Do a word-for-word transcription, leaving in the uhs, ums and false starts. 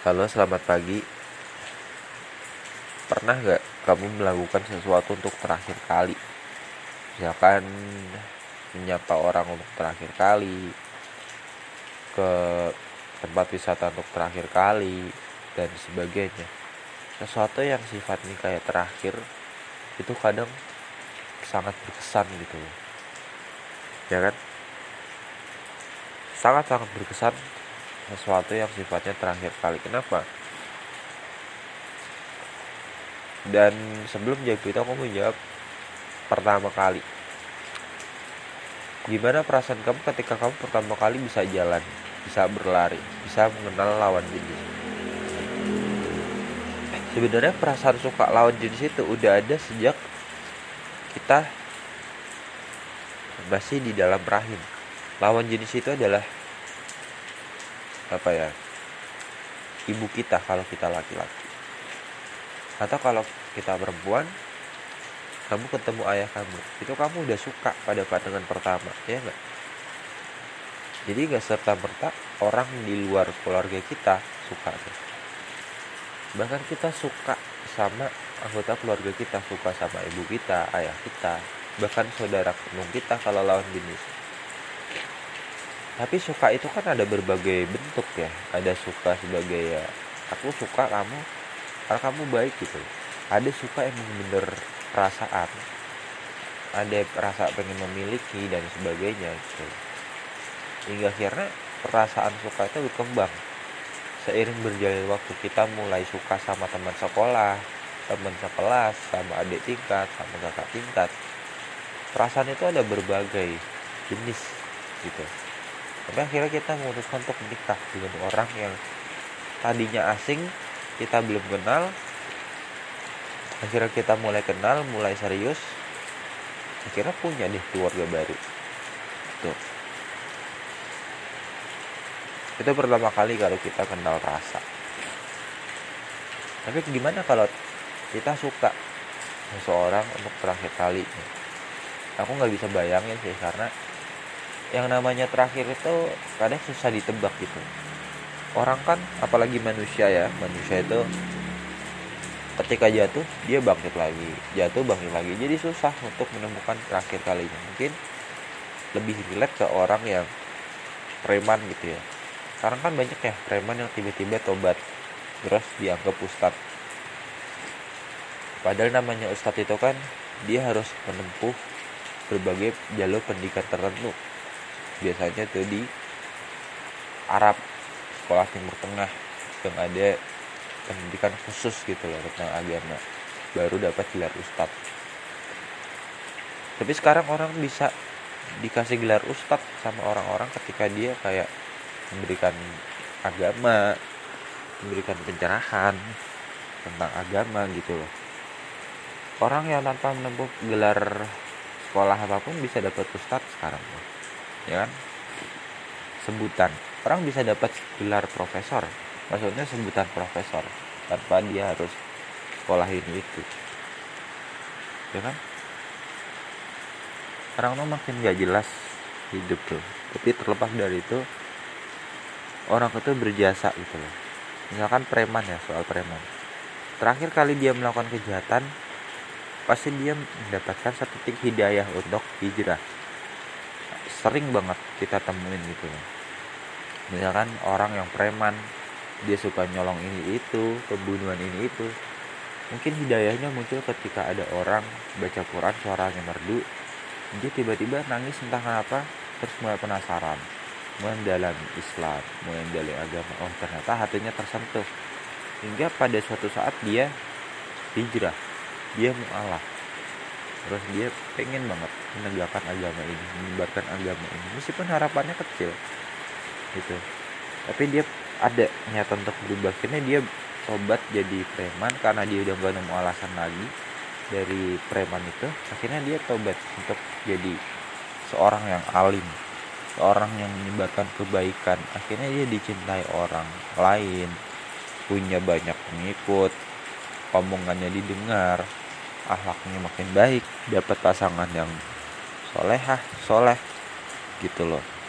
Halo, selamat pagi. Pernah nggak kamu melakukan sesuatu untuk terakhir kali? Misalkan menyapa orang untuk terakhir kali, ke tempat wisata untuk terakhir kali, dan sebagainya. Sesuatu yang sifatnya kayak terakhir itu kadang sangat berkesan gitu, ya kan? Sangat-sangat berkesan sesuatu yang sifatnya terakhir kali. Kenapa? Dan sebelum jawab itu aku mau jawab pertama kali. Gimana perasaan kamu ketika kamu pertama kali bisa jalan, bisa berlari, bisa mengenal lawan jenis? Sebenarnya perasaan suka lawan jenis itu udah ada sejak kita masih di dalam rahim. Lawan jenis itu adalah apa ya? Ibu kita kalau kita laki-laki. Atau kalau kita perempuan, kamu ketemu ayah kamu, itu kamu udah suka pada pandangan pertama, ya nggak? Jadi nggak serta-merta orang di luar keluarga kita suka tuh. Bahkan kita suka sama anggota keluarga kita, suka sama ibu kita, ayah kita, bahkan saudara kandung kita kalau lawan jenis. Tapi suka itu kan ada berbagai bentuk ya. Ada suka sebagai ya, aku suka kamu karena kamu baik gitu. Ada suka yang bener perasaan, ada rasa pengen memiliki dan sebagainya gitu. Hingga akhirnya perasaan suka itu berkembang seiring berjalannya waktu. Kita mulai suka sama teman sekolah, teman sekelas, sama adik tingkat, sama kakak tingkat. Perasaan itu ada berbagai jenis gitu. Tapi akhirnya kita memutuskan untuk menikah dengan orang yang tadinya asing, kita belum kenal. Akhirnya kita mulai kenal, mulai serius, akhirnya punya deh keluarga baru. Tuh. Itu pertama kali kalau kita kenal rasa. Tapi gimana kalau kita suka seseorang untuk terakhir kalinya? Aku gak bisa bayangin sih, karena yang namanya terakhir itu kadang susah ditebak gitu. Orang kan, apalagi manusia ya, manusia itu ketika jatuh dia bangkit lagi, jatuh bangkit lagi. Jadi susah untuk menemukan terakhir kalinya. Mungkin lebih relate ke orang yang preman gitu ya. Sekarang kan banyak ya preman yang tiba-tiba tobat terus dianggap ustadz. Padahal namanya ustadz itu kan dia harus menempuh berbagai jalur pendidikan tertentu. Biasanya tuh di Arab, sekolah Timur Tengah, yang ada pendidikan khusus gitu loh tentang agama, baru dapat gelar ustadz. Tapi sekarang orang bisa dikasih gelar ustadz sama orang-orang ketika dia kayak memberikan agama, memberikan pencerahan tentang agama gitu loh. Orang yang tanpa menempuh gelar sekolah apapun bisa dapat ustadz sekarang, ya kan? Sebutan, orang bisa dapat gelar profesor, maksudnya sebutan profesor, tanpa dia harus sekolah ini itu, ya kan? Orang tuh makin gak jelas hidup tuh. Tapi terlepas dari itu, orang itu berjasa gitu loh. Misalkan preman ya, soal preman, terakhir kali dia melakukan kejahatan, pasti dia mendapatkan satu titik hidayah untuk hijrah. Sering banget kita temuin gitu loh. Misalkan orang yang preman, dia suka nyolong ini itu, pembunuhan ini itu, mungkin hidayahnya muncul ketika ada orang baca Quran suaranya merdu, dia tiba-tiba nangis entah kenapa, terus mulai penasaran, mendalami Islam, mendalami agama. Oh, ternyata hatinya tersentuh, hingga pada suatu saat dia hijrah, dia mu'alaf, terus dia pengen banget menegakkan agama ini, menyebarkan agama ini, meskipun harapannya kecil gitu. Tapi dia ada niatan untuk berubah. Akhirnya dia tobat jadi preman karena dia udah gak nemu alasan lagi dari preman itu. Akhirnya dia tobat untuk jadi seorang yang alim, seorang yang menyebarkan kebaikan. Akhirnya dia dicintai orang lain, punya banyak pengikut, omongannya didengar, akhlaknya makin baik, dapat pasangan yang solehah, soleh gitu loh.